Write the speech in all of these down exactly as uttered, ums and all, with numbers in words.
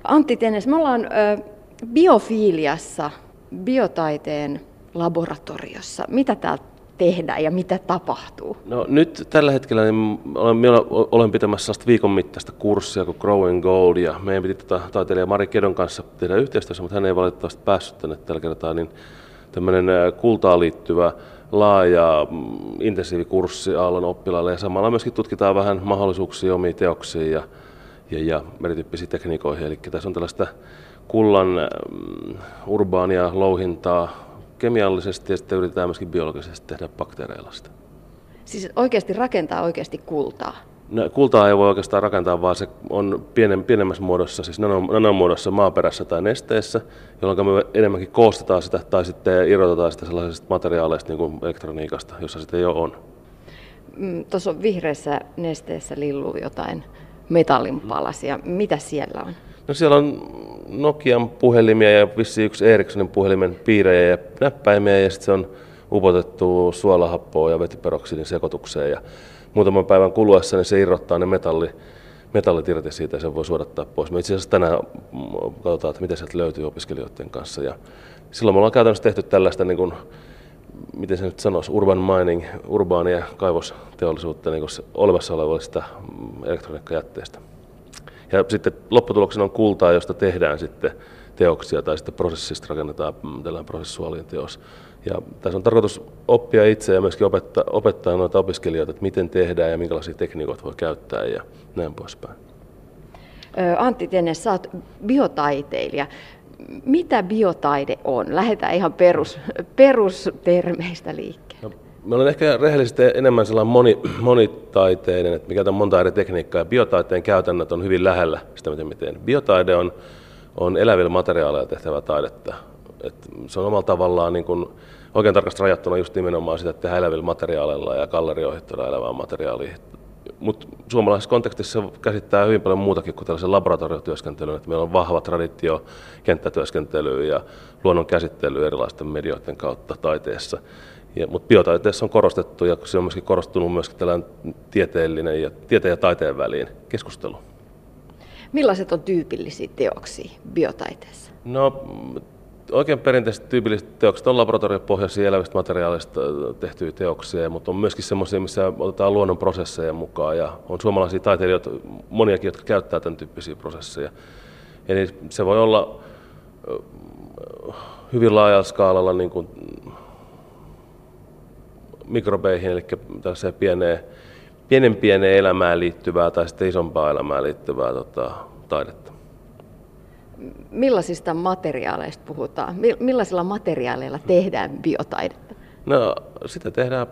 Antti Tenes, me ollaan ö, biofiiliassa, biotaiteen laboratoriossa. Mitä täällä tehdään ja mitä tapahtuu? No, nyt tällä hetkellä niin olen, minä olen pitämässä sellaista viikon mittaista kurssia kuin Growing Gold, ja meidän piti tota, taiteilija Mari Kedon kanssa tehdä yhteistyössä, mutta hän ei valitettavasti päässyt tänne tällä kertaa, niin tämmöinen kultaan liittyvä laaja intensiivikurssi Aallon oppilaille, ja samalla myöskin tutkitaan vähän mahdollisuuksia omiin teoksiin ja, ja, ja erityyppisiin tekniikoihin. Eli tässä on tällaista kullan um, urbaania louhintaa kemiallisesti ja sitten yritetään myöskin biologisesti tehdä bakteereilla sitä. Siis oikeasti rakentaa oikeasti kultaa? No, kultaa ei voi oikeastaan rakentaa, vaan se on pienen, pienemmässä muodossa, siis nanomuodossa maaperässä tai nesteessä, jolloin me enemmänkin koostetaan sitä tai sitten irrotetaan sitä sellaisista materiaaleista niin kuin elektroniikasta, jossa sitä jo on. Mm, Tuossa on vihreässä nesteessä lilluu jotain metallinpalasia. Mitä siellä on? No, siellä on Nokian puhelimia ja vissiin yksi Ericssonin puhelimen piirejä ja näppäimiä, ja sitten se on upotettu suolahappoa ja vetyperoksidin sekoitukseen. Ja muutaman päivän kuluessa niin se irrottaa ne metalli, metallit irti siitä ja sen voi suodattaa pois. Me itse asiassa tänään katsotaan, että mitä sieltä löytyy opiskelijoiden kanssa. Ja silloin me ollaan käytännössä tehty tällaista, niin kuin, miten se nyt sanoisi, urban mining, urbaania kaivosteollisuutta niin olemassa olevista elektroniikkajätteistä. Ja sitten lopputuloksena on kultaa, josta tehdään sitten teoksia tai sitten prosessista rakennetaan tällainen prosessuaalinen teos. Ja tässä on tarkoitus oppia itse ja myöskin opettaa, opettaa noita opiskelijoita, että miten tehdään ja minkälaisia tekniikoita voi käyttää ja näin poispäin. Antti Tenes, sä oot biotaiteilija. Mitä biotaide on? Lähdetään ihan perus, perustermeistä liikkeelle. No, me olen ehkä rehellisesti enemmän sellainen moni, monitaiteinen, että me käytän monta eri tekniikkaa ja biotaiteen käytännöt on hyvin lähellä sitä, miten me teen. Biotaide on, on elävillä materiaaleilla tehtävää taidetta. Et se on omalla tavallaan niin kuin, oikein tarkasti rajattuna just nimenomaan sitä, että tehdään elävillä materiaaleilla ja gallerioihin elävää materiaalia. Mutta suomalaisessa kontekstissa se käsittää hyvin paljon muutakin kuin tällaisen laboratoriotyöskentelyn, että meillä on vahva traditio kenttätyöskentelyä ja luonnon käsittelyä erilaisten medioiden kautta taiteessa. Mutta biotaiteessa on korostettu ja se on myöskin korostunut myöskin tällainen tieteellinen ja tieteen ja taiteen väliin keskustelu. Millaiset on tyypillisiä teoksia biotaiteessa? No, oikein perinteisesti tyypilliset teokset on laboratoriopohjaisia elävistä materiaaleista tehtyjä teoksia, mutta on myöskin semmoisia, missä otetaan luonnon prosesseja mukaan ja on suomalaisia taiteilijoita, moniakin, jotka käyttää tämän tyyppisiä prosesseja. Eli se voi olla hyvin laajalla skaalalla niin kuin mikrobeihin, eli tällaiseen pieneen, pienen pieneen elämään liittyvää tai sitten isompaa elämään liittyvää tota, taidetta. Millaisista materiaaleista puhutaan? Millaisilla materiaaleilla tehdään biotaidetta? No, sitä tehdään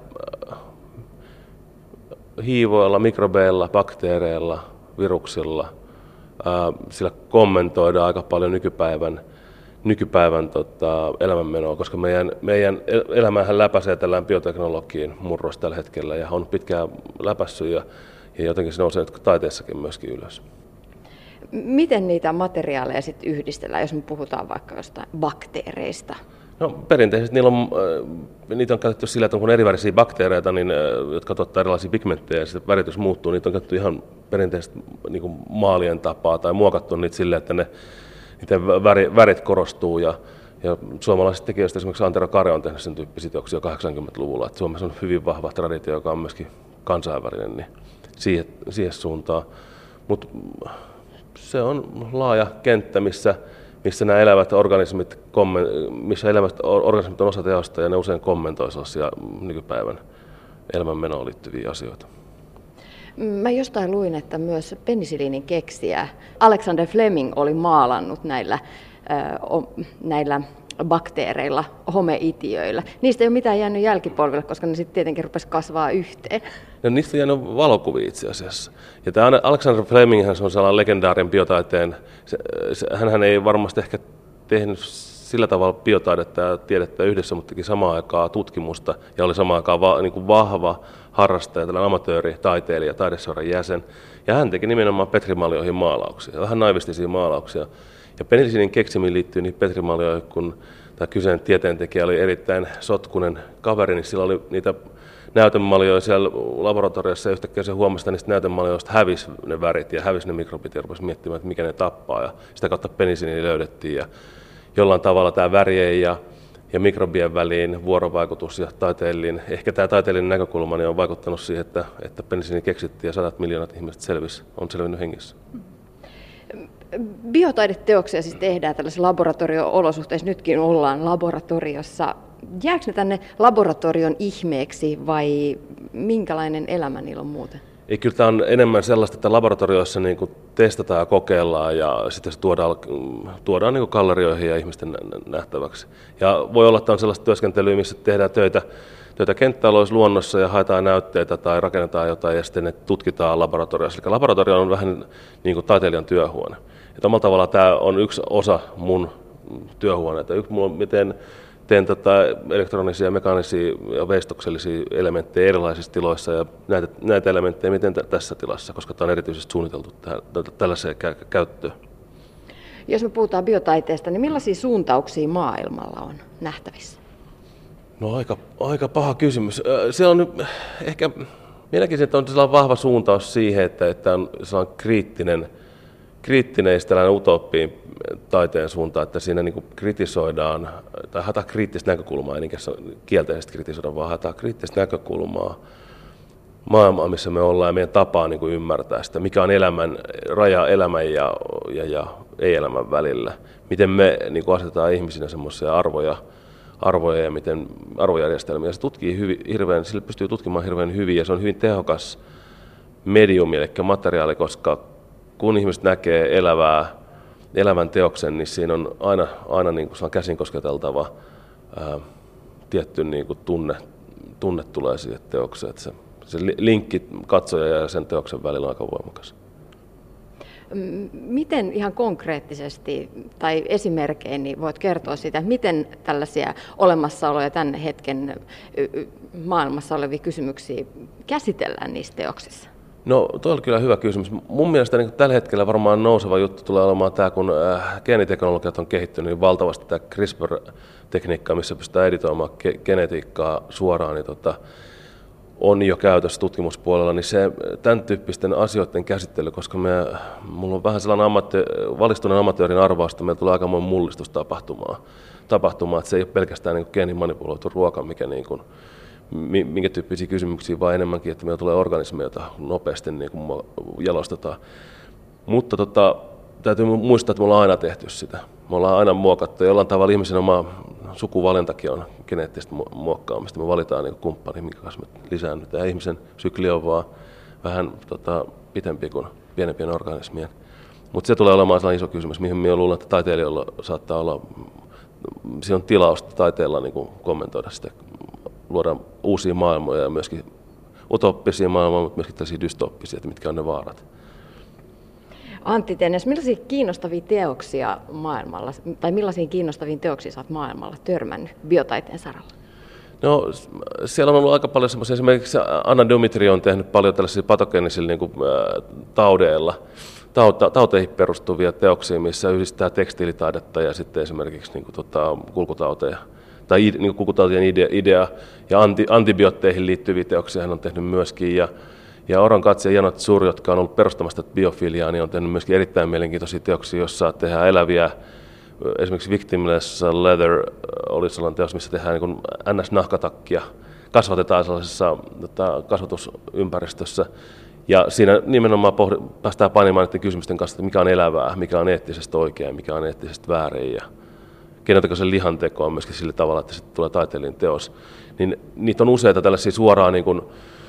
hiivoilla, mikrobeilla, bakteereilla, viruksilla. Sillä kommentoidaan aika paljon nykypäivän, nykypäivän tota, elämänmenoa, koska meidän, meidän elämähän läpäisee tällään bioteknologian murros tällä hetkellä ja on pitkään läpässyt ja, ja jotenkin se nousee taiteessakin myöskin ylös. Miten niitä materiaaleja sitten yhdistellään, jos me puhutaan vaikka jostain bakteereista? No, perinteisesti niillä on, niitä on käytetty sillä, että on erivärisiä bakteereita, niin, jotka tuottaa erilaisia pigmenttejä ja sitten väritys muuttuu. Niitä on käytetty ihan perinteisesti niin kuin maalien tapaa tai muokattu niitä sillä, että ne, niiden väri, värit korostuu. Ja, ja suomalaisista tekijöistä esimerkiksi Antero Kare on tehnyt sen tyyppisiä teoksia kahdeksankymmentäluvulla. Että Suomessa on hyvin vahva traditio, joka on myöskin kansainvälinen, niin siihen, siihen suuntaan. Mut, se on laaja kenttä, missä, missä nämä elävät organismit, missä elävät organismit on osa teosta ja ne usein kommentoi sellaisia nykypäivän elämänmenoon liittyviä asioita. Mä jostain luin, että myös penisiliinin keksijä Alexander Fleming oli maalannut näillä, äh, näillä bakteereilla, homeitiöillä. Niistä ei ole mitään jäänyt jälkipolville, koska ne sitten tietenkin rupesi kasvaa yhteen. No, niistä on jäänyt valokuvia itse asiassa. Ja tämä Alexander Fleming on sellainen legendaarinen biotaiteen. Se, se, hänhän ei varmasti ehkä tehnyt sillä tavalla biotaidetta ja tiedettä yhdessä, mutta teki samaan aikaan tutkimusta ja oli samaan aikaan va, niin kuin vahva harrastaja, tällainen amatööri, taiteilija, taideseuran jäsen. Ja hän teki nimenomaan petrimaljoihin maalauksia, vähän naivistisia maalauksia. Ja penisiliinin keksimiin liittyy niihin petrimaljoihin, kun tämä kyseinen tieteentekijä oli erittäin sotkunen kaveri, niin sillä oli niitä näytemaljoja siellä laboratoriossa ja yhtäkkiä se huomasi, että niistä näytemaljoista hävisi ne värit ja hävisi ne mikrobit ja rupesi miettimään, että mikä ne tappaa. Ja sitä kautta penisiliini löydettiin ja jollain tavalla tämä värien ja, ja mikrobien väliin vuorovaikutus ja taiteellinen, ehkä tämä taiteellinen näkökulma niin on vaikuttanut siihen, että, että penisiliini keksittiin ja sadat miljoonat ihmiset selvisi, on selvinnyt hengissä. Biotaideteoksia siis tehdään tällaisissa laboratorio-olosuhteissa, nytkin ollaan laboratoriossa. Jääkö ne tänne laboratorion ihmeeksi vai minkälainen elämä niillä on muuten? Ei, kyllä tämä on enemmän sellaista, että laboratorioissa niin kuin testataan ja kokeillaan ja sitten se tuodaan, tuodaan niin kuin gallerioihin ja ihmisten nähtäväksi. Ja voi olla, että on sellaista työskentelyä, missä tehdään töitä, töitä kenttäoloissa luonnossa ja haetaan näytteitä tai rakennetaan jotain ja sitten ne tutkitaan laboratoriossa. Eli laboratorio on vähän niin kuin taiteilijan työhuone. Että omalla tavalla tämä on yksi osa mun työhuoneita. Yksi, miten teen tota elektronisia, mekaanisia ja veistoksellisia elementtejä erilaisissa tiloissa ja näitä, näitä elementtejä miten t- tässä tilassa, koska tämä on erityisesti suunniteltu tähän, tällaiseen kä- käyttöön. Jos me puhutaan biotaiteesta, niin millaisia suuntauksia maailmalla on nähtävissä? No aika, aika paha kysymys. Se on nyt ehkä, minä näkisin, että on sellainen vahva suuntaus siihen, että, että on sellainen kriittinen, kriittinen tällainen utopiin taiteen suuntaan, että siinä niin kuin kritisoidaan, tai haetaan kriittistä näkökulmaa, eikä kielteisesti kritisoida, vaan haetaan kriittistä näkökulmaa maailmaa, missä me ollaan ja meidän tapaa niin kuin ymmärtää sitä, mikä on elämän, raja elämän ja, ja, ja ei-elämän välillä. Miten me niin kuin asetetaan ihmisinä semmoisia arvoja, arvoja ja miten arvojärjestelmiä. Se tutkii hyvin, hirveän, sille pystyy tutkimaan hirveän hyvin ja se on hyvin tehokas mediumi, eli materiaali, koska kun ihmiset näkee elävää, elävän teoksen, niin siinä on aina, aina niin kuin käsin kosketeltava ää, tietty niin kuin tunne, tunne tulee siihen teokseen. Se, se linkki katsoja ja sen teoksen välillä on aika voimakas. Miten ihan konkreettisesti tai esimerkkein niin voit kertoa siitä, miten tällaisia olemassaoloja tämän hetken maailmassa olevia kysymyksiä käsitellään niissä teoksissa? No, tuo oli kyllä hyvä kysymys. Mun mielestä niin tällä hetkellä varmaan nouseva juttu tulee olemaan tämä, kun äh, geeniteknologiat on kehittynyt niin valtavasti, tämä CRISPR-tekniikka, missä pystytään editoimaan ge- genetiikkaa suoraan, niin tota, on jo käytössä tutkimuspuolella, niin se tämän tyyppisten asioiden käsittely, koska me, mulla on vähän sellainen ammatti, valistuneen amatöörin arvaus, että meillä tulee aikamoinen mullistus tapahtumaan, tapahtumaan, että se ei ole pelkästään niin kuin geenimanipuloitu ruoka, mikä niin kuin, minkä tyyppisiä kysymyksiä, vaan enemmänkin, että meillä tulee organismeja, joita nopeasti niin kuin jalostetaan. Mutta tota, täytyy muistaa, että me ollaan aina tehty sitä. Me ollaan aina muokattu. Jollain tavalla ihmisen oma sukuvalintakin on geneettistä muokkaamista. Me valitaan niin kumppani, minkä kanssa me lisäännytään. Ihmisen sykli on vaan vähän tota, pitempi kuin pienempien organismien. Mutta se tulee olemaan sellainen iso kysymys, mihin minä luulen, että taiteilijoilla saattaa olla, siinä on tilausta taiteella niin kuin kommentoida sitä, luoda uusia maailmoja ja myöskin utoppisia maailmoja, mutta myöskin tällaisia dystoppisia, että mitkä on ne vaarat. Antti Tennes, millaisia kiinnostavia teoksia maailmalla, tai millaisiin kiinnostaviin teoksiin olet maailmalla törmännyt biotaiteen saralla? No, siellä on ollut aika paljon semmoisia, esimerkiksi Anna Dmitri on tehnyt paljon tällaisia patogeenisilla niin kuin, ä, taudeilla, tauta, tauteihin perustuvia teoksia, missä yhdistää tekstiilitaidetta ja sitten esimerkiksi niin kuin, tota, kulkutauteja. Tai niin kulkutautien idea, idea ja anti, antibiootteihin liittyviä teoksia hän on tehnyt myöskin. Ja, ja Oron Katsi ja Janot Sur, jotka on ollut perustamasta biofiliaa, niin on tehnyt myöskin erittäin mielenkiintoisia teoksia, joissa tehdään eläviä, esimerkiksi Victimless Leather oli sellainen teos, missä tehdään niin N S-nahkatakkia, kasvatetaan sellaisessa tota, kasvatusympäristössä. Ja siinä nimenomaan pohd- päästään painimaan näiden kysymysten kanssa, että mikä on elävää, mikä on eettisesti oikein, mikä on eettisesti väärin. Ja keinotekoisen lihanteko on myöskin sillä tavalla, että sitten tulee taiteellinen teos. Niin niitä on useita tällaisia suoraa, niin kuin,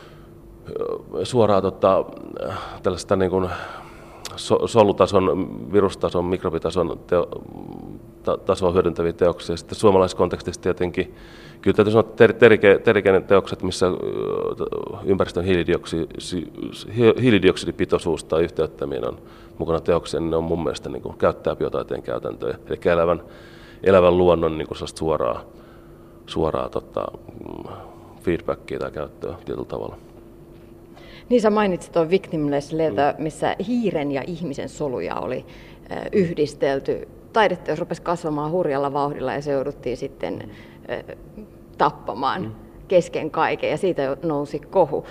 suoraa tota, tällaista niin kuin so, solutason, virustason, mikrobitason teo, ta, tasoa hyödyntäviä teoksia. Sitten suomalaisessa kontekstissa tietenkin, kyllä täytyy sanoa, ter, terike, terikeinen teokset, missä ympäristön hiilidioksidi, hiilidioksidipitoisuus tai yhteyttäminen on mukana teoksia, niin ne on mun mielestä niin kuin käyttää biotaiteen käytäntöjä. Eli elävän elävän luonnon niin kuin suoraa, suoraa tota, feedbackia tai käyttöä tietyllä tavalla. Niin sä mainitsit tuon Victimless Leather, missä hiiren ja ihmisen soluja oli äh, yhdistelty. Taideteos rupesi kasvamaan hurjalla vauhdilla ja se jouduttiin sitten äh, tappamaan. Mm. kesken kaiken ja siitä nousi kohu.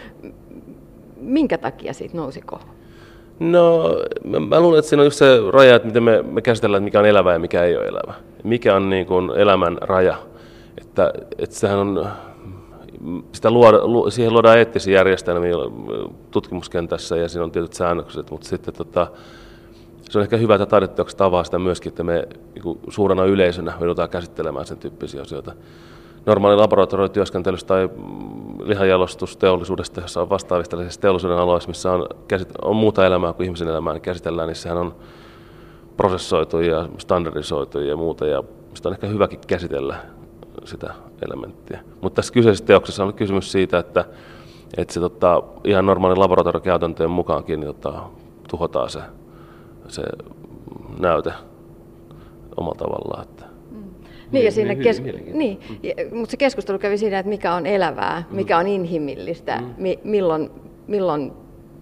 Minkä takia siitä nousi kohu? No, mä, mä luulen, että siinä on just se raja, että miten me, me käsitellään, että mikä on elävä ja mikä ei ole elävä. Mikä on niin kuin elämän raja. Että, että sehän on, sitä luoda, siihen luodaan eettisiä järjestelmiä tutkimuskentässä ja siinä on tietyt säännökset, mutta sitten tota, se on ehkä hyvä, että taideteokset avaa sitä myöskin, että me niin suurena yleisönä joudutaan käsittelemään sen tyyppisiä asioita. Normaali laboratoriotyöskentelystä tai lihanjalostusteollisuudesta, jossa on vastaavista tällaisista teollisuuden aloissa, missä on, on muuta elämää kuin ihmisen elämää, niin käsitellään, niin sehän on prosessoitu ja standardisoitu ja muuta, ja sitä on ehkä hyväkin käsitellä sitä elementtiä. Mutta tässä kyseisessä teoksessa on kysymys siitä, että, että se tota, ihan normaalin laboratoriokäytäntöjen mukaankin niin tota, tuhotaan se, se näyte omalla tavallaan. Että Niin, ja siinä kes... niin, mutta se keskustelu kävi siinä, että mikä on elävää, mikä on inhimillistä, mm. mi- milloin, milloin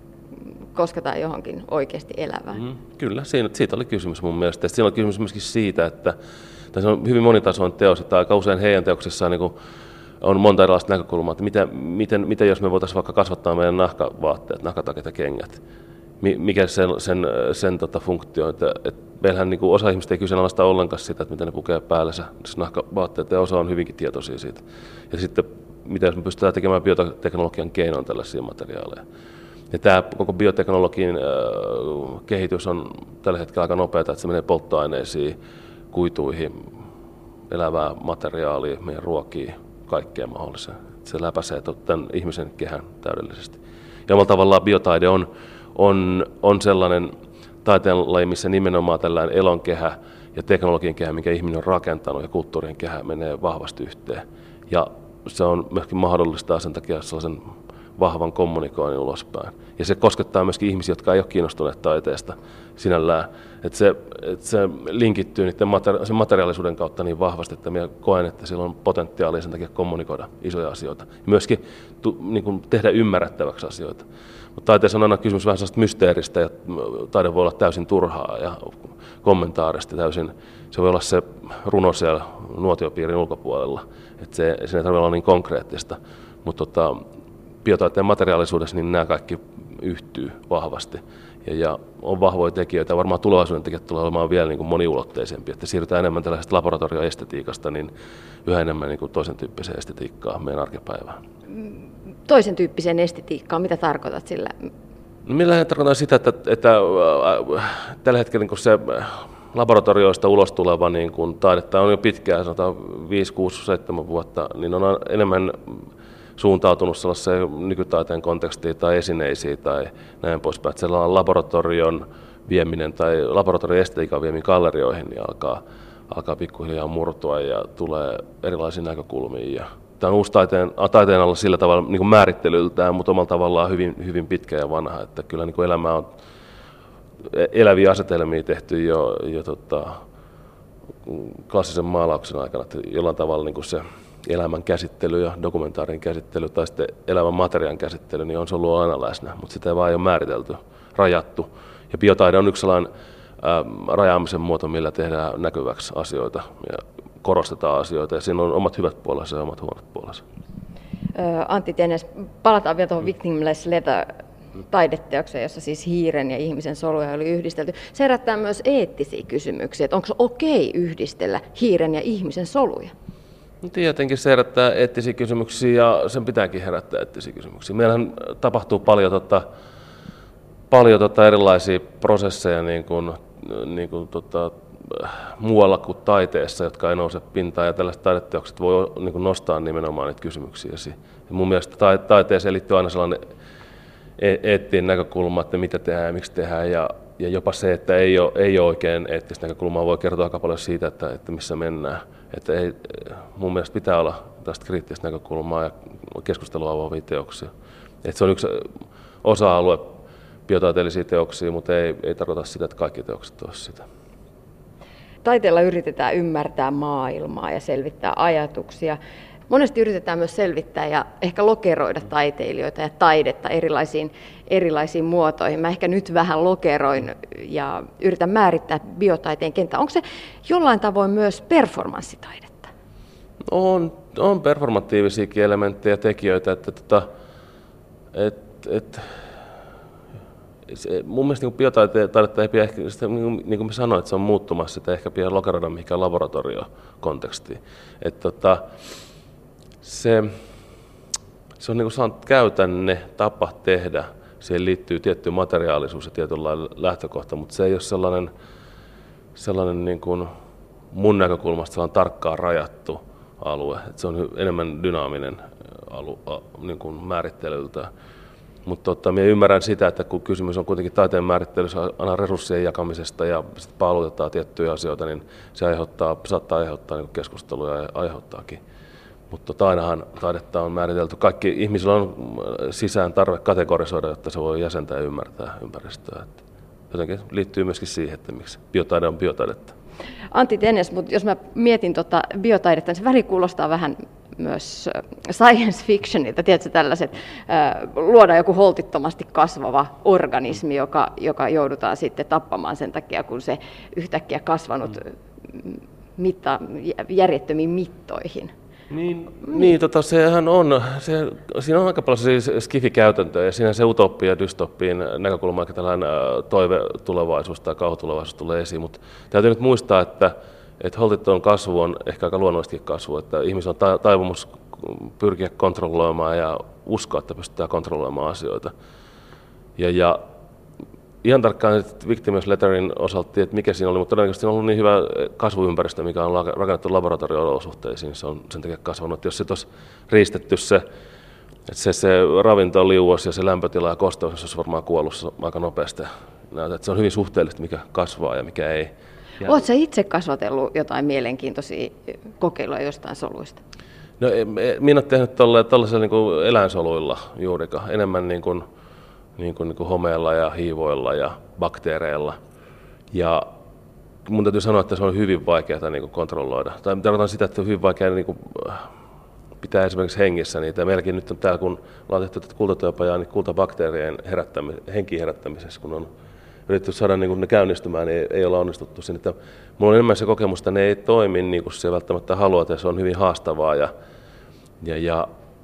kosketaan johonkin oikeasti elävään. Mm. Kyllä, siinä, siitä oli kysymys mun mielestä. Ja siinä oli kysymys myöskin siitä, että tässä on hyvin monitasoinen teos, että aika usein heidän teoksissaan niin on monta erilaista näkökulmaa, että miten, miten, miten jos me voitaisiin vaikka kasvattaa meidän nahkavaatteet, nahkatakit ja kengät, mikä sen, sen, sen tota funktio on, että, että meillähän niin kuin osa ihmistä ei kyseenalaista ollenkaan sitä, että miten ne pukee päällensä nahkavaatteet, ja osa on hyvinkin tietoisia siitä. Ja sitten, miten jos me pystytään tekemään bioteknologian keinoin tällaisia materiaaleja. Ja tämä koko bioteknologian äh, kehitys on tällä hetkellä aika nopeaa, että se menee polttoaineisiin, kuituihin, elävää materiaalia, meidän ruokiin, kaikkea mahdollista. Se läpäisee tämän ihmisen kehän täydellisesti. Ja omalla tavallaan biotaide on On, on sellainen taiteenlaji, missä nimenomaan tällainen elonkehä ja teknologian kehä, minkä ihminen on rakentanut, ja kulttuurien kehä menee vahvasti yhteen. Ja se on myöskin mahdollistaa sen takia sellaisen vahvan kommunikoinnin ulospäin. Ja se koskettaa myöskin ihmisiä, jotka ei ole kiinnostuneet taiteesta sinällään. Että se, että se linkittyy niiden materi- sen materiaalisuuden kautta niin vahvasti, että minä koen, että sillä on potentiaalia sen takia kommunikoida isoja asioita. Ja myöskin tu, niin kuin tehdä ymmärrettäväksi asioita. Mutta taiteessa on aina kysymys vähän sellaista mysteeristä, ja taide voi olla täysin turhaa ja kommentaarista täysin. Se voi olla se runo siellä nuotiopiirin ulkopuolella, että se, se ei tarvitse olla niin konkreettista. Mutta tota, biotaiteen materiaalisuudessa niin nämä kaikki yhtyy vahvasti. Ja, ja on vahvoja tekijöitä, varmaan tulevaisuuden tekijät tulee olemaan vielä niin kuin moniulotteisempia, että siirrytään enemmän tällaisesta laboratorioestetiikasta niin yhä enemmän niin kuin toisen tyyppiseen estetiikkaan meidän arkipäivään. Toisen tyyppiseen estetiikkaan, mitä tarkoitat sillä? No, millä tarkoitan sitä, että, että äh, tällä hetkellä niin se laboratorioista ulos tuleva niin kun taidetta on jo pitkään, sanotaan viisi, kuusi, seitsemän vuotta, niin on enemmän suuntautunut sellaiseen nykytaiteen kontekstiin tai esineisiin tai näin poispäin. Että sellainen laboratorion vieminen tai laboratorion estetiikan vieminen gallerioihin niin alkaa, alkaa pikkuhiljaa murtua ja tulee erilaisia näkökulmia. Tämä on uusi taiteen, taiteen alla sillä tavalla niin kuin määrittelyltään, mutta omalla tavallaan hyvin, hyvin pitkä ja vanha. Että kyllä niin kuin elämä on eläviä asetelmia tehty jo, jo tota, klassisen maalauksen aikana, että jollain tavalla niin kuin se elämän käsittely ja dokumentaarin käsittely tai sitten elämän materiaan käsittely, niin on se ollut aina läsnä, mutta sitä ei vaan ole määritelty, rajattu. Ja biotaide on yksi sellainen ää, rajaamisen muoto, millä tehdään näkyväksi asioita ja korostetaan asioita, ja siinä on omat hyvät puolensa ja omat huonot puolensa. Antti Tenes, palataan vielä tuohon Victimless Leather taideteokseen, jossa siis hiiren ja ihmisen soluja oli yhdistelty. Se herättää myös eettisiä kysymyksiä, että onko se okei yhdistellä hiiren ja ihmisen soluja? No, tietenkin se herättää eettisiä kysymyksiä, ja sen pitääkin herättää eettisiä kysymyksiä. Meillähän tapahtuu paljon, tota, paljon tota erilaisia prosesseja niin kuin, niin kuin, tota, muualla kuin taiteessa, jotka ei nouse pintaan, ja tällaiset taideteokset voi niin kuin nostaa nimenomaan niitä kysymyksiä. Ja mun mielestä taiteeseen liittyy aina sellainen eettinen näkökulma, että mitä tehdään ja miksi tehdään, ja, ja jopa se, että ei ole, ei ole oikein eettistä näkökulmaa, voi kertoa aika paljon siitä, että, että missä mennään. Että ei, mun mielestä pitää olla tästä kriittistä näkökulmaa ja keskustelua avaavia teoksia. Että se on yksi osa-alue biotaiteellisia teoksia, mutta ei, ei tarkoita sitä, että kaikki teokset olisivat sitä. Taiteella yritetään ymmärtää maailmaa ja selvittää ajatuksia. Monesti yritetään myös selvittää ja ehkä lokeroida taiteilijoita ja taidetta erilaisiin, erilaisiin muotoihin. Mä ehkä nyt vähän lokeroin ja yritän määrittää biotaiteen kenttää. Onko se jollain tavoin myös performanssitaidetta? On On performatiivisiakin elementtejä, tekijöitä, että tota, et, et, se, mun mielestä niin biotaidetta ei pidä, ehkä, sitä, niin, niin kuin mä sanoin, että se on muuttumassa, sitä ehkä pidä lokeroida mihinkään laboratoriokontekstiin. Et, tota, se, se on niin kuin käytänne tapa tehdä, siihen liittyy tietty materiaalisuus ja tietynlainen lähtökohta, mutta se ei ole sellainen, sellainen niin kuin mun näkökulmasta sellainen tarkkaan rajattu alue. Et se on enemmän dynaaminen alue niin kuin määrittelyltä. Mutta tota, minä ymmärrän sitä, että kun kysymys on kuitenkin taiteen määrittelyssä aina resurssien jakamisesta ja sitten palautetaan tiettyjä asioita, niin se aiheuttaa, saattaa aiheuttaa niin keskustelua ja aiheuttaakin. Mutta tota, ainahan taidetta on määritelty. Kaikki ihmisillä on sisään tarve kategorisoida, jotta se voi jäsentää ja ymmärtää ympäristöä. Et jotenkin liittyy myöskin siihen, että miksi biotaide on biotaidetta. Antti Tennes, mutta jos mä mietin tota biotaidetta, niin se väli kuulostaa vähän myös science fictionilta, tiedätkö, tällaiset, äh, luodaan joku holtittomasti kasvava organismi, joka, joka joudutaan sitten tappamaan sen takia, kun se yhtäkkiä kasvanut mitta, järjettömiin mittoihin. Niin, niin tota, sehän on, se, siinä on aika paljon siis skifi-käytäntöjä ja siinä se utopia ja dystoppiin näkökulma, että tällainen toive-tulevaisuus tai kauhutulevaisuus tulee esiin, mutta täytyy nyt muistaa, että, että holtiton kasvu on ehkä aika luonnollisestikin kasvu, että ihmisillä on taipumus pyrkiä kontrolloimaan ja uskoa, että pystytään kontrolloimaan asioita. Ja, ja ihan tarkkaan Victim's Letterin osalta, että mikä siinä oli, mutta todennäköisesti on ollut niin hyvä kasvuympäristö, mikä on rakennettu laboratorio-olosuhteisiin, se on sen takia kasvanut. Että jos se olisi riistetty se, se, se ravintoliuos ja se lämpötila ja kosteus, se olisi varmaan kuollut aika nopeasti. Näytä, että se on hyvin suhteellista, mikä kasvaa ja mikä ei. Ja oletko itse kasvatellut jotain mielenkiintoisia kokeiluja jostain soluista? No, minä olen tehnyt tällaisilla niin eläinsoluilla juurikaan, enemmän niin kuin Niin kuin, niin kuin homeella ja hiivoilla ja bakteereilla. Ja mun täytyy sanoa, että se on hyvin vaikeaa niin kuin kontrolloida. Tai tarkoitan sitä, että on hyvin vaikea niin kuin pitää esimerkiksi hengissä niitä. Meilläkin nyt on täällä, kun ollaan tehty tätä kultatyöpajaa, niin kultabakteerien herättämi- henkiin herättämisessä, kun on yritetty saada niin kuin ne käynnistymään, niin ei, ei olla onnistuttu siinä. Että mulla on enemmän se kokemus, että ne ei toimi niin kuin se välttämättä haluaa, että se on hyvin haastavaa. Ja, ja, ja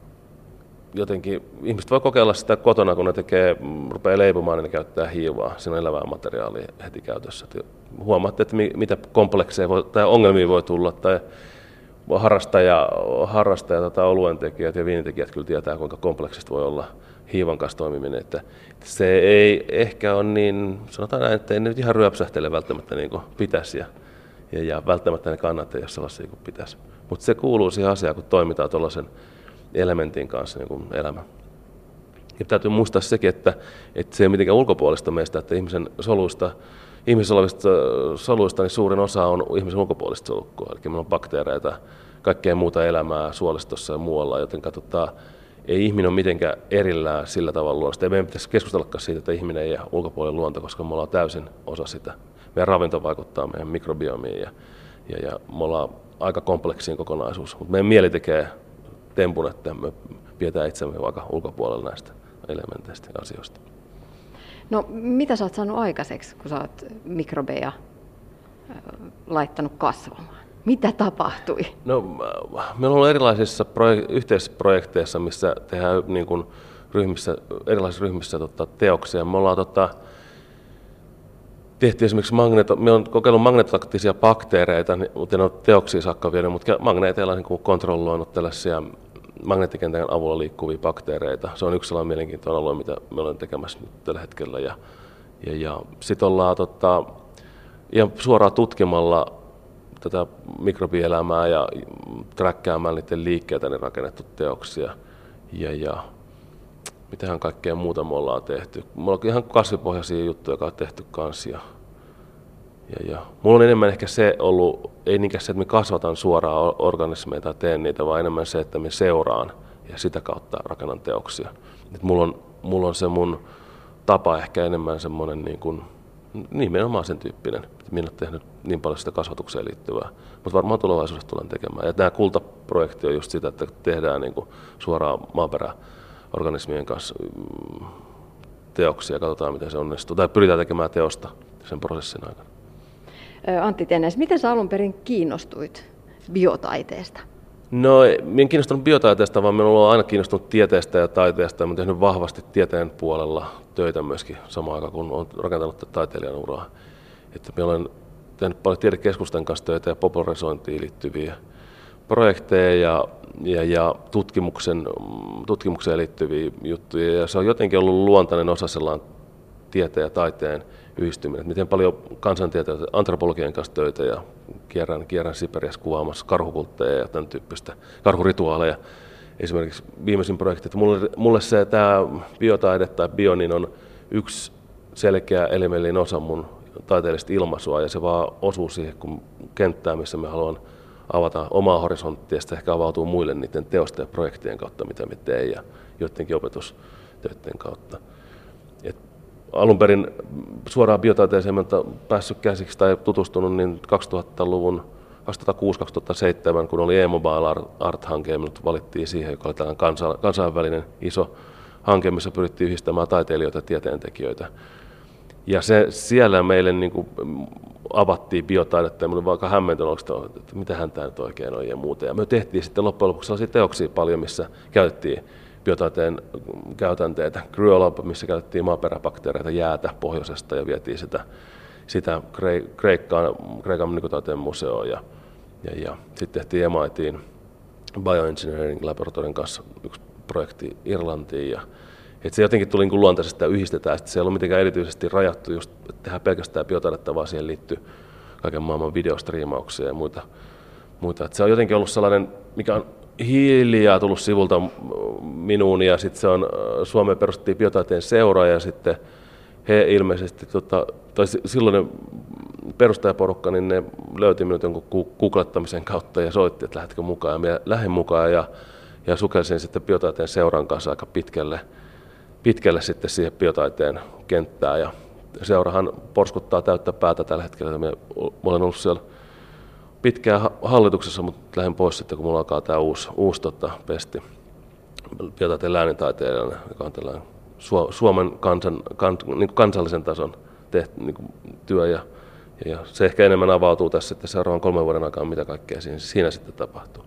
jotenkin ihmiset voi kokeilla sitä kotona, kun ne tekee, rupeaa leipomaan, niin ne käyttää hiivaa. Siinä on elävää materiaalia heti käytössä. Huomaatte, että mitä komplekseja voi, tai ongelmia voi tulla. Tai harrastaja, harrastaja tota, oluentekijät ja viinitekijät kyllä tietää, kuinka kompleksista voi olla hiivan kanssa toimiminen. Että se ei ehkä ole niin, sanotaan näin, että ei ne nyt ihan ryöpsähtele välttämättä niin kuin pitäisi. Ja, ja, ja välttämättä ne kannat ei ole sellaisia kuin pitäisi. Mutta se kuuluu siihen asiaan, kun toimitaan tuollaisen elementin kanssa niin kuin elämä. Ja täytyy muistaa sekin, että, että se ei ole mitenkään ulkopuolista meistä, että ihmisen soluista, ihmisessä olevista soluista niin suurin osa on ihmisen ulkopuolista solukkoa. Eli meillä on bakteereita, kaikkea muuta elämää suolistossa ja muualla, joten katsotaan, ei ihminen ole mitenkään erillään sillä tavalla luonnosta. Ei meidän pitäisi keskustellakaan siitä, että ihminen ei ole ulkopuolinen luonto, koska me ollaan täysin osa sitä. Meidän ravinto vaikuttaa meidän mikrobiomiin ja, ja, ja me ollaan aika kompleksiin kokonaisuus, mutta meidän mieli tekee tempun, että me pidetään itsemme vaikka ulkopuolella näistä elementeistä ja asioista. No, mitä sä oot saanut aikaiseksi, kun sä oot mikrobeja laittanut kasvamaan? Mitä tapahtui? No, meillä on ollut erilaisissa projek- yhteisprojekteissa, missä tehdään niin kuin ryhmissä, erilaisissa ryhmissä tota, teoksia. Me ollaan tota, tehty esimerkiksi magneto- me on kokeillut magnetotaktisia bakteereita, mutta ne on teoksia saakka vielä, mutta magneeteilla on niin kontrolloinut tällaisia magneettikentän avulla liikkuvia bakteereita. Se on yksi sellainen mielenkiintoinen alue, mitä me ollaan tekemässä nyt tällä hetkellä. Ja, ja, ja sitten ollaan tota, ihan suoraan tutkimalla tätä mikrobielämää ja träkkäämällä niiden liikkeitä niin rakennettu teoksia. Ja, ja mitähän kaikkea muuta me ollaan tehty. Mulla on ihan kasvipohjaisia juttuja, jotka on tehty kanssa. Ja, ja, ja. Mulla on enemmän ehkä se ollut, ei niinkään se, että me kasvatan suoraan organismeja tai teen niitä, vaan enemmän se, että me seuraan ja sitä kautta rakennan teoksia. Et mulla, on, mulla on se mun tapa ehkä enemmän semmoinen niin kuin, nimenomaan sen tyyppinen. Minä olen tehnyt niin paljon sitä kasvatukseen liittyvää, mutta varmaan tulevaisuudessa tulen tekemään. Ja tämä kultaprojekti on just sitä, että tehdään niin kuin suoraan maaperäorganismien kanssa teoksia ja katsotaan, miten se onnistuu. Tai pyritään tekemään teosta sen prosessin aikana. Antti Tennes, miten sä alun perin kiinnostuit biotaiteesta? No, minä en kiinnostunut biotaiteesta, vaan minä olen aina kiinnostunut tieteestä ja taiteesta. Olen tehnyt vahvasti tieteen puolella töitä myöskin samaan aikaan, kun olen rakentanut taiteilijan uraa. Että minä olen tehnyt paljon tiedekeskusten kanssa töitä ja popularisointiin liittyviä projekteja ja, ja, ja tutkimuksen, tutkimukseen liittyviä juttuja. Ja se on jotenkin ollut luontainen osa sellainen tieteen ja taiteen yhdistyminen. Että miten paljon kansantieteitä, antropologian kanssa töitä ja kierrän, kierrän Siperiassa kuvaamassa karhukultteja ja tämän tyyppistä karhurituaaleja. Esimerkiksi viimeisin projekti, että mulle, mulle se tämä biotaide tai bio niin on yksi selkeä elimellinen osa mun taiteellista ilmaisua ja se vaan osuu siihen kun kenttään, missä me haluan avata omaa horisonttia ja sitten ehkä avautuu muille niiden teosten ja projektien kautta, mitä me teen ja joidenkin opetustöiden kautta. Et alun perin suoraan biotaiteeseen en päässyt käsiksi tai tutustunut niin kaksituhattaluvun kaksituhattakuusi kaksituhattaseitsemän, kun oli e-mobile art-hanke ja minut valittiin siihen, joka oli tällainen kansainvälinen iso hanke, missä pyrittiin yhdistämään taiteilijoita ja tieteentekijöitä. Ja se, siellä meille niin kuin avattiin biotaidetta ja minä olin aika hämmentynyt, että mitähän tämä nyt oikein on ja muuta. Ja me tehtiin sitten loppujen lopuksi sellaisia teoksia paljon, missä käytettiin biotaiteen käytänteitä. Cryolab, missä käytettiin maaperäbakteereita jäätä pohjoisesta ja vietiin sitä, sitä Kreikkaan, Kreikan nykytaiteen museoon. Ja, ja, ja sitten tehtiin M I T:n Bioengineering Laboratorion kanssa yksi projekti Irlantiin. Ja, et se jotenkin tuli niin luontaisesti ja yhdistetään. Sitten se ei ollut mitenkään erityisesti rajattu, just, että tehdään pelkästään biotaidetta, vaan siihen liittyy kaiken maailman videostriimauksia ja muita. muita. Et se on jotenkin ollut sellainen, mikä on hiljaa tullut sivulta minuun, ja sitten se on, Suomeen perustettiin biotaiteen seura, ja sitten he ilmeisesti, tota, tai silloinen perustajaporukka, niin ne löyti minut jonkun googlettamisen kautta ja soitti, että lähdetkö mukaan, ja minä lähdin mukaan, ja, ja sukelsin sitten biotaiteen seuran kanssa aika pitkälle, pitkälle sitten siihen biotaiteen kenttään, ja seurahan porskuttaa täyttä päätä tällä hetkellä, minä olen ollut siellä pitkään hallituksessa, mutta lähden pois sitten, kun mulla alkaa tämä uusi, uusi tota, pesti biotaiteen läänintaiteilijana, joka on tällainen Suomen kansan, kans, niin kuin kansallisen tason tehty, niin kuin työ. Ja, ja se ehkä enemmän avautuu tässä sitten seuraavan kolmen vuoden aikaan, mitä kaikkea siinä, siinä sitten tapahtuu.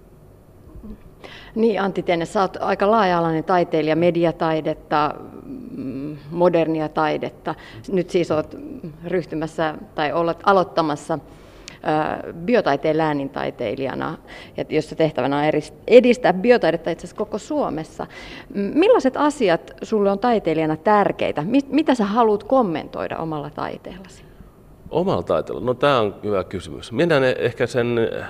Niin, Antti Tenne, sä oot aika laaja-alainen taiteilija, mediataidetta, modernia taidetta. Nyt siis olet ryhtymässä tai olet aloittamassa biotaiteen läänintaiteilijana, jossa tehtävänä on edistää biotaidetta itse asiassa koko Suomessa. Millaiset asiat sulle on taiteilijana tärkeitä? Mitä sä haluat kommentoida omalla taiteellasi? Omalla taiteella? No tämä on hyvä kysymys. Minä näen ehkä sen,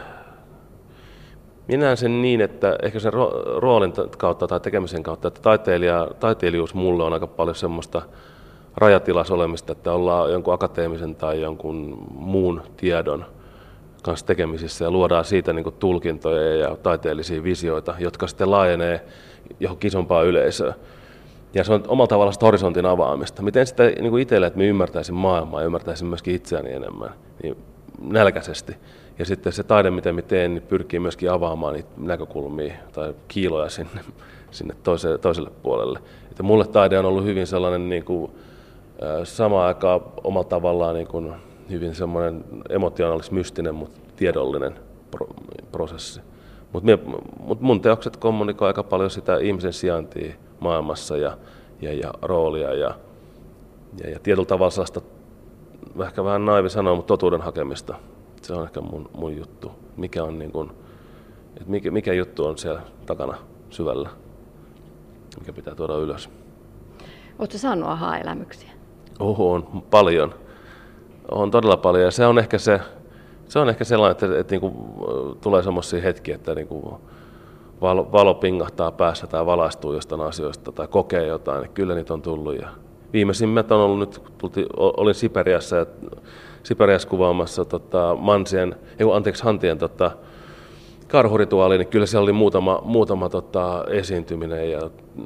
minä näen sen niin, että ehkä sen roolin kautta tai tekemisen kautta, että taiteilija, taiteilijuus mulle on aika paljon semmoista rajatilassa olemista, että ollaan jonkun akateemisen tai jonkun muun tiedon kanssa tekemisissä ja luodaan siitä niin kuin tulkintoja ja taiteellisia visioita, jotka sitten laajenee johonkin isompaan yleisöön. Ja se on omalla tavallaan horisontin avaamista. Miten sitä niin kuin itselle, että minä ymmärtäisin maailmaa ja ymmärtäisin myöskin itseäni enemmän, niin nälkäisesti. Ja sitten se taide, mitä minä teen, niin pyrkii myöskin avaamaan niitä näkökulmia tai kiiloja sinne, sinne toiselle, toiselle puolelle. Että mulle taide on ollut hyvin sellainen niin kuin, samaan aikaan omalla tavallaan niin kuin hyvin semmoinen emotionaalis-mystinen, mutta tiedollinen pro- prosessi. Mutta mut mun teokset kommunikoi aika paljon sitä ihmisen sijaintia maailmassa ja, ja, ja roolia ja, ja, ja tietyllä tavalla sellaista, ehkä vähän naivi sanoa, mutta totuuden hakemista. Se on ehkä mun, mun juttu. Mikä, on niin kuin, että mikä, mikä juttu on siellä takana syvällä, mikä pitää tuoda ylös. Oletko saanut aha-elämyksiä? Oho, on paljon. On todella paljon ja se on ehkä, se, se on ehkä sellainen, että, että, että niin kuin, tulee semmoisia hetkiä, että niin kuin valo, valo pingahtaa päässä tai valaistuu jostain asioista tai kokee jotain, niin kyllä niitä on tullut. Ja viimeisimmät on ollut nyt, tultiin, olin Siperiassa, ja, Siperiassa kuvaamassa tota, Mansien, ei, anteeksi, Hantien tota, karhurituaali, niin kyllä siellä oli muutama, muutama tota, esiintyminen ja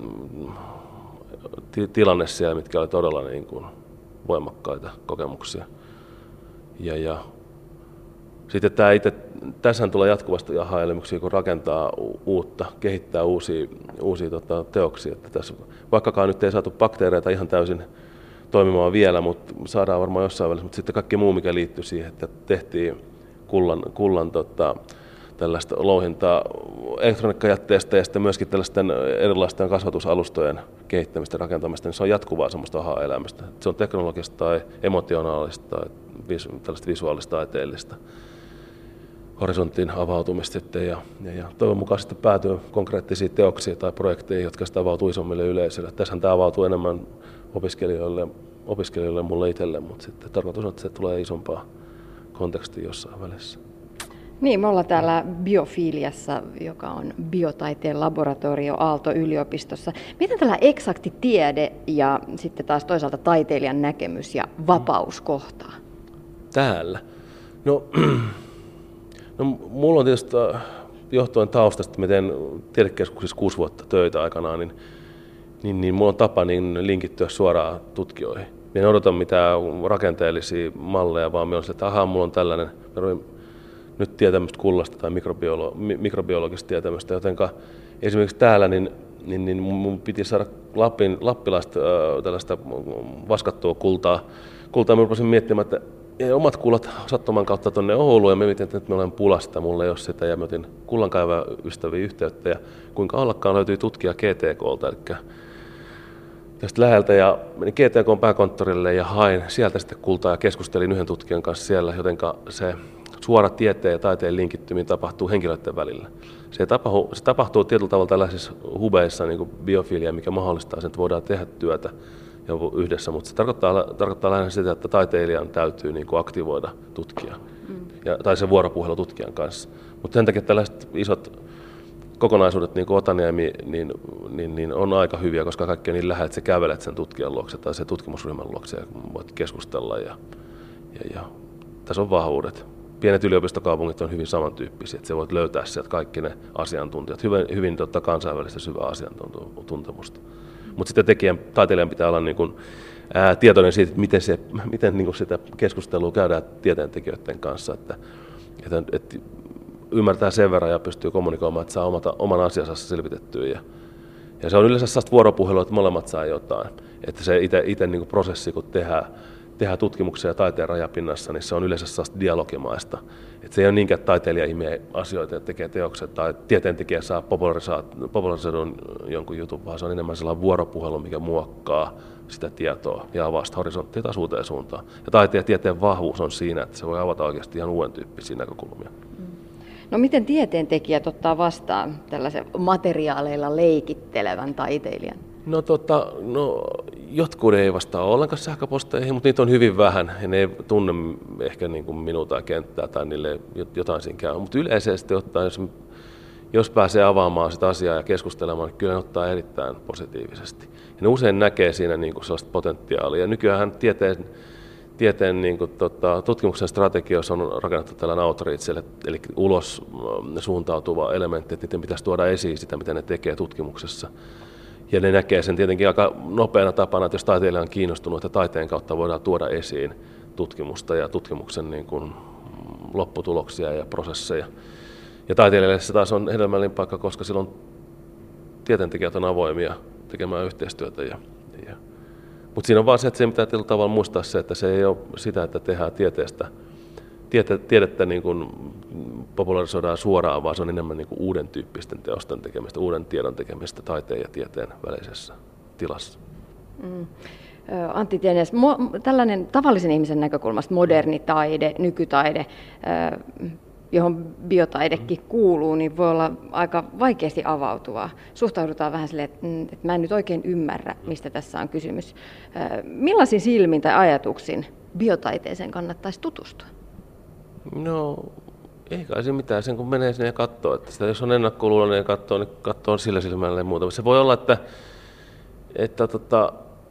t- tilanne siellä, mitkä oli todella niin kuin voimakkaita kokemuksia. Ja, ja. Sitten tämä itse, tässähän tulee jatkuvasti aha-elämyksiä, kun rakentaa uutta, kehittää uusia, uusia tota, teoksia. Että tässä, vaikkakaan nyt ei saatu bakteereita ihan täysin toimimaan vielä, mutta saadaan varmaan jossain välissä. Mutta sitten kaikki muu, mikä liittyy siihen, että tehtiin kullan, kullan tota, tällaista louhintaa elektroniikkajätteestä ja sitten myöskin tällaisten erilaisten kasvatusalustojen kehittämistä ja rakentamista, niin se on jatkuvaa semmoista aha-elämästä. Se on teknologista tai emotionaalista tai tällaista visuaalista taiteellista horisontin avautumista sitten ja, ja, ja toivon mukaan sitten päätyy konkreettisia teoksia tai projekteja, jotka sitä avautuu isommille yleisölle. Tässähän tämä avautuu enemmän opiskelijoille, opiskelijoille mulle itselle, mutta sitten tarkoitus on, että se tulee isompaa kontekstia jossain välissä. Niin, me ollaan täällä Biofiliassa, joka on biotaiteen laboratorio Aalto-yliopistossa. Miten tällä eksakti tiede ja sitten taas toisaalta taiteilijan näkemys ja vapaus kohtaa? Täällä? No, no mulla on tietysti johtuen taustasta, mä teen tiedekeskuksissa kuusi vuotta töitä aikanaan, niin, niin, niin mulla on tapa niin linkittyä suoraan tutkijoihin. Mä en odota mitään rakenteellisia malleja, vaan mä on sille, että ahaa, mulla on tällainen, mä ruin nyt tietämystä kullasta tai mikrobiolo- mikrobiologista tietämystä, jotenka esimerkiksi täällä niin, niin, niin mun piti saada Lappin, lappilaista äh, tällaista vaskattua kultaa. kultaa. Mä rupesin miettimään, että ja omat kullat sattuman kautta tuonne Ouluun ja mä mietin, että me olen pulasta, mulla ei ole sitä ja mä otin kullankaiväystäviä yhteyttä ja kuinka ollakaan löytyi tutkija G T K:lta, eli tästä läheltä ja menin G T K:n pääkonttorille ja hain sieltä sitten kultaa ja keskustelin yhden tutkijan kanssa siellä, jotenka se suora tieteen ja taiteen linkittyminen tapahtuu henkilöiden välillä. Se tapahtuu, se tapahtuu tietyllä tavalla tällaisissa hubeissa, niin kuin biofilia, mikä mahdollistaa sen, että voidaan tehdä työtä yhdessä, mutta se tarkoittaa, tarkoittaa lähinnä sitä, että taiteilijan täytyy niin kuin aktivoida tutkija, mm. ja, tai se vuoropuhelu tutkijan kanssa. Mutta sen takia tällaiset isot kokonaisuudet, niin kuin Otaniemi, niin, niin, niin on aika hyviä, koska kaikki on niin lähellä, että sä kävelet sen tutkijan luokse tai sen tutkimusryhmän luokse ja voit keskustella. Ja, ja, ja. Tässä on vahvuudet. Pienet yliopistokaupungit on hyvin samantyyppisiä, että sä voit löytää sieltä kaikki ne asiantuntijat, hyvin, hyvin totta, kansainvälistä syvää asiantuntemusta. Mutta sitten tekijän, taiteilijan pitää olla niin kuin, ää, tietoinen siitä, että miten, se, miten niin kuin sitä keskustelua käydään tieteentekijöiden kanssa, että, että, että ymmärtää sen verran ja pystyy kommunikoimaan, että saa omata, oman asiansa selvitettyä. Ja, ja se on yleensä sellaista vuoropuhelua, että molemmat saa jotain. Että se itse niin kuin prosessi, kun tehdään, tehdään tutkimuksia taiteen rajapinnassa, niin se on yleensä sellaista dialogimaista. Että se ei ole niinkään, että taiteilija imee asioita ja tekee teokset, tai tieteentekijä saa popularisoidun jonkun jutun, vaan se on enemmän sellainen vuoropuhelu, mikä muokkaa sitä tietoa ja avaa sitä horisonttia taas uuteen suuntaan. Ja taiteen ja tieteen vahvuus on siinä, että se voi avata oikeasti ihan uuden tyyppisiä näkökulmia. No miten tieteentekijät ottaa vastaan tällaisen materiaaleilla leikittelevän taiteilijan? No, tota, no jotkut ei vastaa ollenkaan sähköposteihin, mutta niitä on hyvin vähän ja ne ei tunne ehkä niin kuin minua tai kenttää tai niille jotain siinä käy. Mutta yleisesti ottaen, jos, jos pääsee avaamaan sitä asiaa ja keskustelemaan, niin kyllä ne ottaa erittäin positiivisesti. Ja ne usein näkee siinä niin kuin sellaista potentiaalia. Ja nykyään tieteen, tieteen niin kuin, tota, tutkimuksen strategioissa on rakennettu tällainen outreach, eli ulos suuntautuva elementti, että niiden pitäisi tuoda esiin sitä, mitä ne tekee tutkimuksessa. Ja ne näkee sen tietenkin aika nopeana tapana, että jos taiteilija on kiinnostunut, että taiteen kautta voidaan tuoda esiin tutkimusta ja tutkimuksen niin kuin lopputuloksia ja prosesseja. Ja taiteilijalle se taas on hedelmällinen paikka, koska silloin tieteentekijät on avoimia tekemään yhteistyötä. Ja, ja. Mutta siinä on vaan se, että se pitää tällä tavalla muistaa se, että se ei ole sitä, että tehdään tieteestä, tiete, tiedettä niin kuin popularisoidaan suoraan, vaan se on enemmän niin kuin uuden tyyppisten teosten tekemistä, uuden tiedon tekemistä taiteen ja tieteen välisessä tilassa. Mm. Antti Tienes, tällainen tavallisen ihmisen näkökulmasta moderni taide, nykytaide, johon biotaidekin kuuluu, niin voi olla aika vaikeasti avautuvaa. Suhtaudutaan vähän silleen, että mä en nyt oikein ymmärrä, mistä tässä on kysymys. Millaisin silmin tai ajatuksin biotaiteeseen kannattaisi tutustua? No, ei kai se mitään, sen kun menee sinne ja katsoo, että sitä, jos on ennakkoluuloinen ja katsoo, niin katsoo sillä silmällä ja muuta. Se voi olla, että, että tota,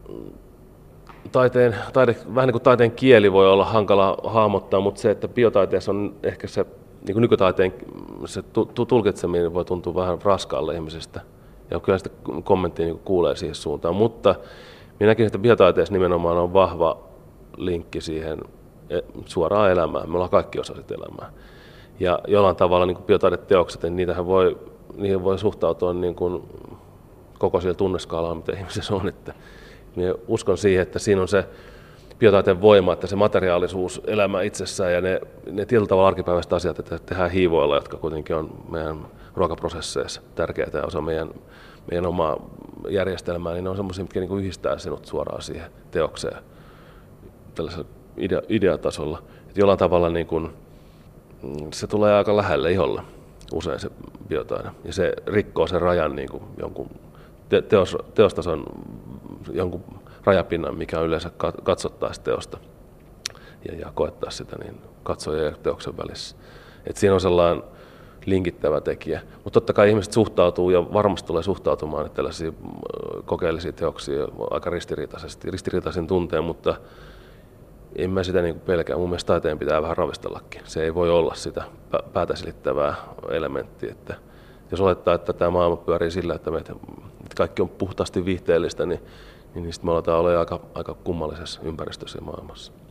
taiteen, taide, vähän niin kuin taiteen kieli voi olla hankala hahmottaa, mutta se, että biotaiteessa on ehkä se niin kuin nykytaiteen se tulkitseminen voi tuntua vähän raskaalle ihmisestä. Ja kyllä sitä kommenttia niin kuulee siihen suuntaan, mutta minä näkisin, että biotaiteessa nimenomaan on vahva linkki siihen suoraan elämään. Me ollaan kaikki osa sitä elämää. Ja jollain tavalla niin kuin biotaideteokset, niin niitähän voi, niihin voi suhtautua niin kuin koko sillä tunneskaalalla, mitä ihmisessä on. Että minä uskon siihen, että siinä on se biotaiteen voima, että se materiaalisuus, elämä itsessään ja ne, ne tietyllä tavalla arkipäiväiset asiat, että tehdään hiivoilla, jotka kuitenkin on meidän ruokaprosesseissa tärkeitä ja osa meidän, meidän omaa järjestelmää, niin ne on semmoisia, mitkä niin yhdistää sinut suoraan siihen teokseen tällaisella idea, ideatasolla. Että jollain tavalla niin kuin, se tulee aika lähelle iholle usein se biotaide ja se rikkoo sen rajan niin kuin jonkun teos, teostason jonkun rajapinnan, mikä on yleensä katsottaa sitä teosta ja, ja koettaa sitä niin katsojan ja teoksen välissä. Et siinä on sellainen linkittävä tekijä. Mutta totta kai ihmiset suhtautuu ja varmasti tulee suhtautumaan että tällaisia kokeellisia teoksia aika ristiriitaisesti, ristiriitaisin tunteen, mutta en mä sitä niin pelkää. Mun mielestä taiteen pitää vähän ravistellakin. Se ei voi olla sitä päätä silittävää elementtiä. Että jos olettaa, että tämä maailma pyörii sillä, että meitä, että kaikki on puhtaasti viihteellistä, niin, niin sitten me aletaan olla aika, aika kummallisessa ympäristössä ja maailmassa.